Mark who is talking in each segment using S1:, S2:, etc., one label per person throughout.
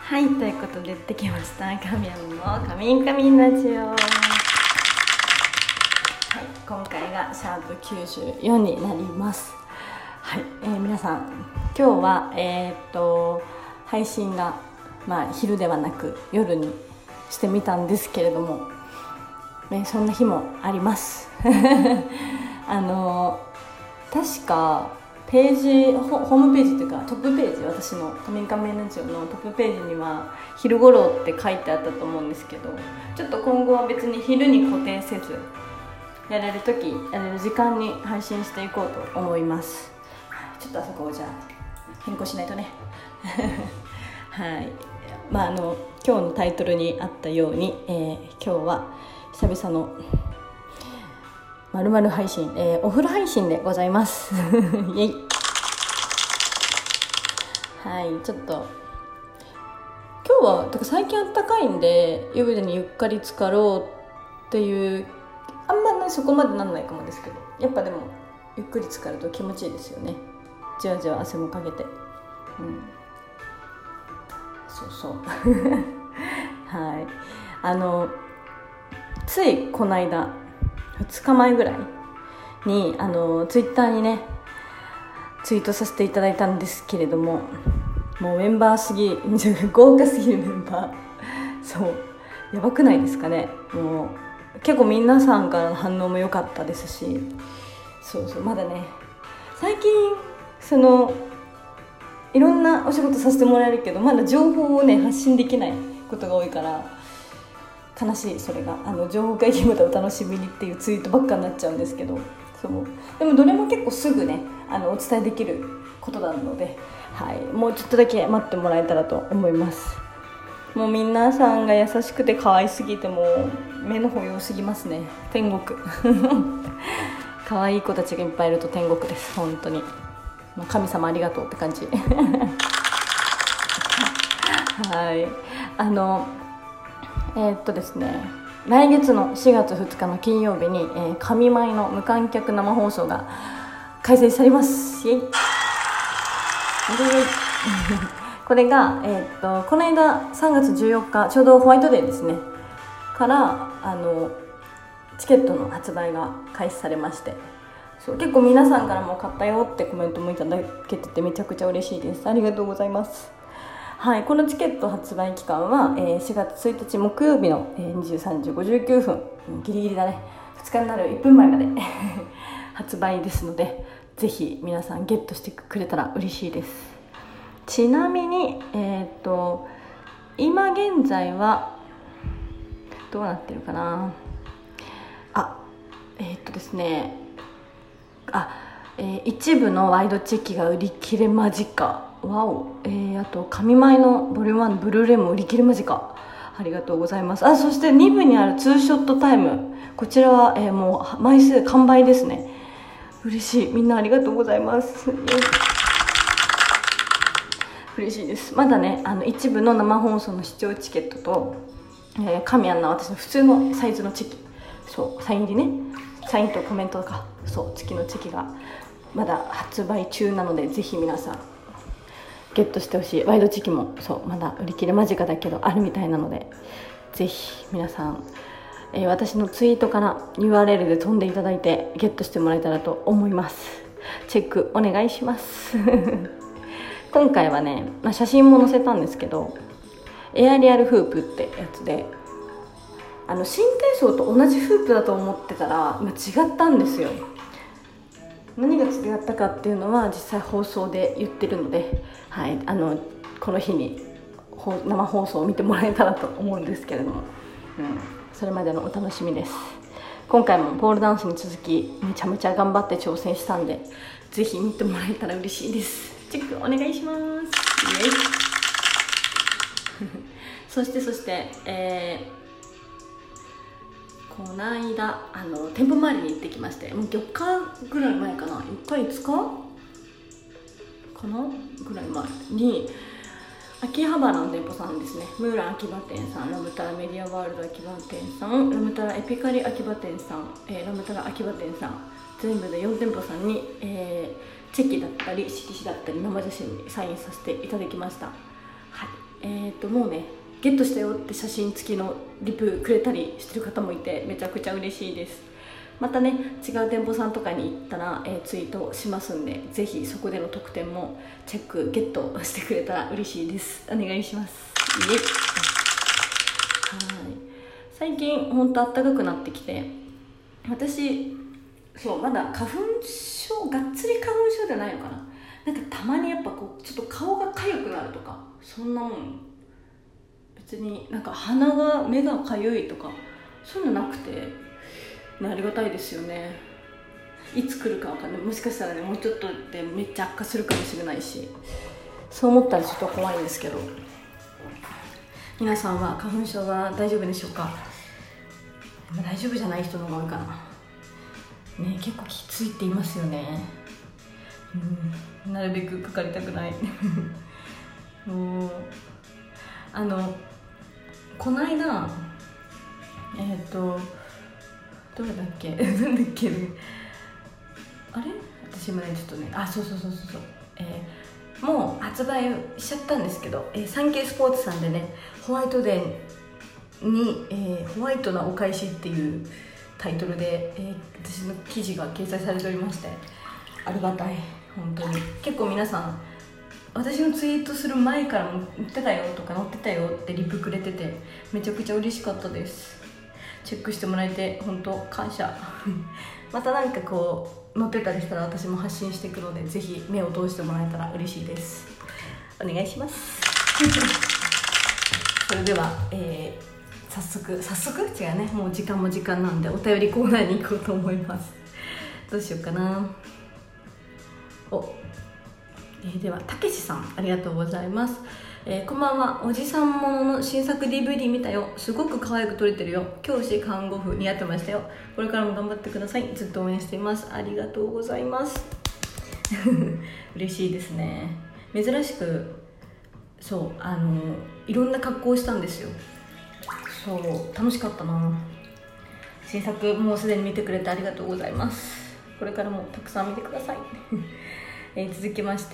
S1: はい、ということでやってきました神山のカミンカミンラジオ。はい、今回がシャープ94になります。はい、皆さん今日は配信が昼ではなく夜にしてみたんですけれども、そんな日もあります確かページホームページというかトップページ、私のカミンカミンラジオのトップページには昼頃って書いてあったと思うんですけど、ちょっと今後は別に昼に固定せずやれる時やれる時間に配信していこうと思います。ちょっとあそこをじゃあ変更しないとねはい、今日のタイトルにあったように、今日は久々の〇〇配信、お風呂配信でございますイエイはい、ちょっと今日は最近あったかいんで湯船にゆっかり浸かろうっていうあんまそこまでなんないかもですけど、やっぱでもゆっくり浸かると気持ちいいですよね。じわじわ汗もかけて、そうはい、ついこの間2日前ぐらいにツイッターにねツイートさせていただいたんですけれども、もうメンバー豪華すぎるメンバーそうやばくないですかね。もう結構皆さんからの反応も良かったですし、そうまだね最近いろんなお仕事させてもらえるけどまだ情報をね発信できないことが多いから悲しい。それが情報解禁までお楽しみにっていうツイートばっかになっちゃうんですけど、でもどれも結構すぐねお伝えできることなので、はい、もうちょっとだけ待ってもらえたらと思います。もう皆さんが優しくて可愛すぎてもう目の保養すぎますね。天国可愛い子たちがいっぱいいると天国です本当に。神様ありがとうって感じはいですね、来月の4月2日の金曜日に、神舞の無観客生放送が開催されます。イエイこれが、この間3月14日ちょうどホワイトデーですねからチケットの発売が開始されまして、結構皆さんからも買ったよってコメントもいただけててめちゃくちゃ嬉しいです。ありがとうございます。はい、このチケット発売期間は、4月1日木曜日の23時59分ギリギリだね、2日になる1分前まで発売ですので、ぜひ皆さんゲットしてくれたら嬉しいです。ちなみに、今現在はどうなってるかなですね一部のワイドチェキが売り切れ間近。わお、あと神舞のボリューム1のブルーレイも売り切れ間近。ありがとうございます。そして2部にあるツーショットタイム、こちらは、もう枚数完売ですね。嬉しい。みんなありがとうございます。嬉しいです。まだね一部の生放送の視聴チケットと、神谷の私の普通のサイズのチェキ、サイン入りね、サインとコメントとか付きのチェキがまだ発売中なので、ぜひ皆さんゲットしてほしい。ワイドチェキもまだ売り切れ間近だけどあるみたいなので、ぜひ皆さん、私のツイートから URL で飛んでいただいてゲットしてもらえたらと思います。チェックお願いします今回はね、写真も載せたんですけど、エアリアルフープってやつで新体操と同じフープだと思ってたら違ったんですよ。何が違ったかっていうのは実際放送で言ってるので、はい、この日に生放送を見てもらえたらと思うんですけれども、それまでのお楽しみです。今回もポールダンスに続きめちゃめちゃ頑張って挑戦したんで、ぜひ見てもらえたら嬉しいです。チェックお願いしますそしてこの間店舗周りに行ってきまして、もう4日ぐらい前かな、4日5日かなぐらい前に秋葉原の店舗さんですね、ムーラン秋葉店さん、ラムタラメディアワールド秋葉店さん、ラムタラエピカリ秋葉店さん、ラムタラ秋葉店さん、全部で4店舗さんに、チェキだったり色紙だったり生写真にサインさせていただきました。はい、 もうねゲットしたよって写真付きのリプくれたりしてる方もいて、めちゃくちゃ嬉しいです。またね違う店舗さんとかに行ったら、ツイートしますんで、ぜひそこでの特典もチェックゲットしてくれたら嬉しいです。お願いします。イエイ。はい、最近ほんと暖かくなってきて、私そうまだ花粉症、がっつり花粉症じゃないのかな、なんかたまにやっぱこうちょっと顔が痒くなるとか、そんなもん。別になんか目が痒いとかそういうのなくて、ね、ありがたいですよね。いつ来るかわかんない。もしかしたらねもうちょっとでめっちゃ悪化するかもしれないし、そう思ったらちょっと怖いんですけど、皆さんは花粉症は大丈夫でしょうか。大丈夫じゃない人の方が多いかな。ね、結構きついって言いますよね。なるべくかかりたくないもうこの間どれだっけなんだっけ、あれ私今ねちょっとねそうもう発売しちゃったんですけど、サンケイスポーツさんでねホワイトデーに、ホワイトなお返しっていうタイトルで、私の記事が掲載されておりまして、ありがたい。本当に結構皆さん私のツイートする前からも言ってたよとか載ってたよってリプくれてて、めちゃくちゃ嬉しかったです。チェックしてもらえて本当感謝またなんかこう載ってたりしたら私も発信していくので、ぜひ目を通してもらえたら嬉しいです。お願いしますそれでは、早速違うね、もう時間も時間なんでお便りコーナーに行こうと思います。どうしようかな。ではたけしさん、ありがとうございます。こんばんは。おじさんものの新作 DVD 見たよ。すごく可愛く撮れてるよ。教師看護婦似合ってましたよ。これからも頑張ってください。ずっと応援しています。ありがとうございます嬉しいですね。珍しくそういろんな格好をしたんですよ。そう楽しかったな。新作もうすでに見てくれてありがとうございます。これからもたくさん見てください続きまして、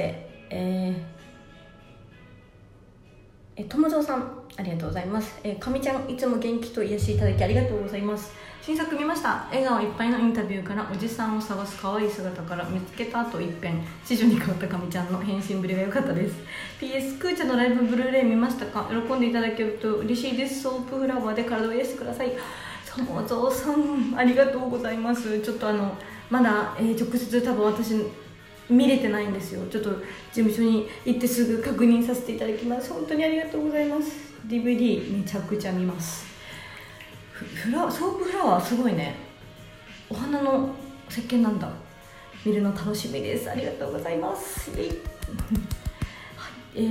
S1: 友蔵さん、ありがとうございます。かみちゃん、いつも元気と癒しいただきありがとうございます。新作見ました。笑顔いっぱいのインタビューからおじさんを探す可愛い姿から見つけた後一変次女に変わったかみちゃんの変身ぶりが良かったです。 PS クーチャのライブブルーレイ見ましたか。喜んでいただけると嬉しいです。ソープフラワーで体を癒してください。友蔵さん、ありがとうございます。ちょっとまだ、直接多分私見れてないんですよ。ちょっと事務所に行ってすぐ確認させていただきます。本当にありがとうございます。 DVD めちゃくちゃ見ます。ソープフラワーすごいね。お花の石鹸なんだ。見るの楽しみです。ありがとうございます。はい、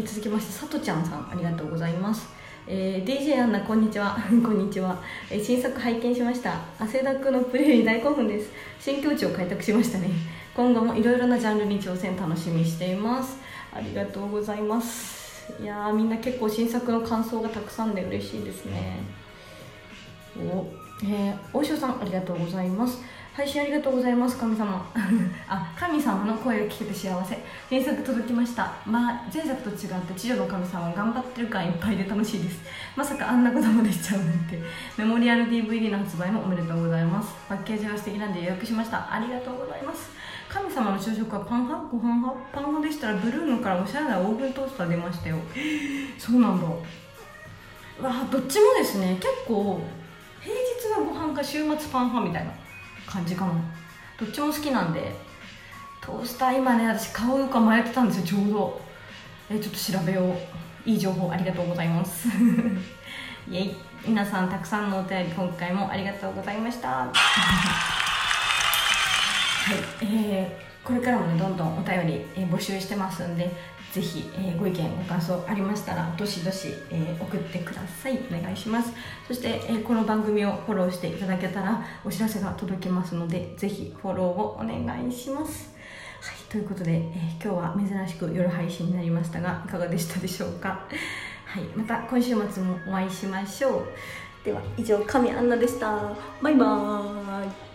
S1: 続きましてさとちゃんさん、ありがとうございます。DJ アンナ、こんにちはこんにちは。新作拝見しました。汗だくのプレイに大興奮です。新境地を開拓しましたね。今後もいろいろなジャンルに挑戦楽しみにしています。ありがとうございます。いやー、みんな結構新作の感想がたくさんで嬉しいですね。大塩さん、ありがとうございます。配信ありがとうございます。神様神様の声を聞けて幸せ。原作届きました。前作と違って次女の神様頑張ってる感いっぱいで楽しいです。まさかあんなことまでしちゃうなんて。メモリアル DVD の発売もおめでとうございます。パッケージが素敵なんで予約しました。ありがとうございます。神様の朝食はパン派ご飯派。パン派でしたらブルーノからおしゃれなオーブントースター出ましたよ。そうなんだ。どっちもですね。結構平日はご飯か週末パン派みたいな感じかな。どっちも好きなんで。トースター今ね、私買おうか迷ってたんですよ。ちょうどちょっと調べよう。いい情報ありがとうございますイエイ。皆さんたくさんのお便り今回もありがとうございましたはい、これからもねどんどんお便り、募集してますんで、ぜひ、ご意見ご感想ありましたらどしどし、送ってください。お願いします。そして、この番組をフォローしていただけたらお知らせが届きますので、ぜひフォローをお願いします。はい、ということで、今日は珍しく夜配信になりましたがいかがでしたでしょうか。はい、また今週末もお会いしましょう。では以上、神アンナでした。バイバーイ。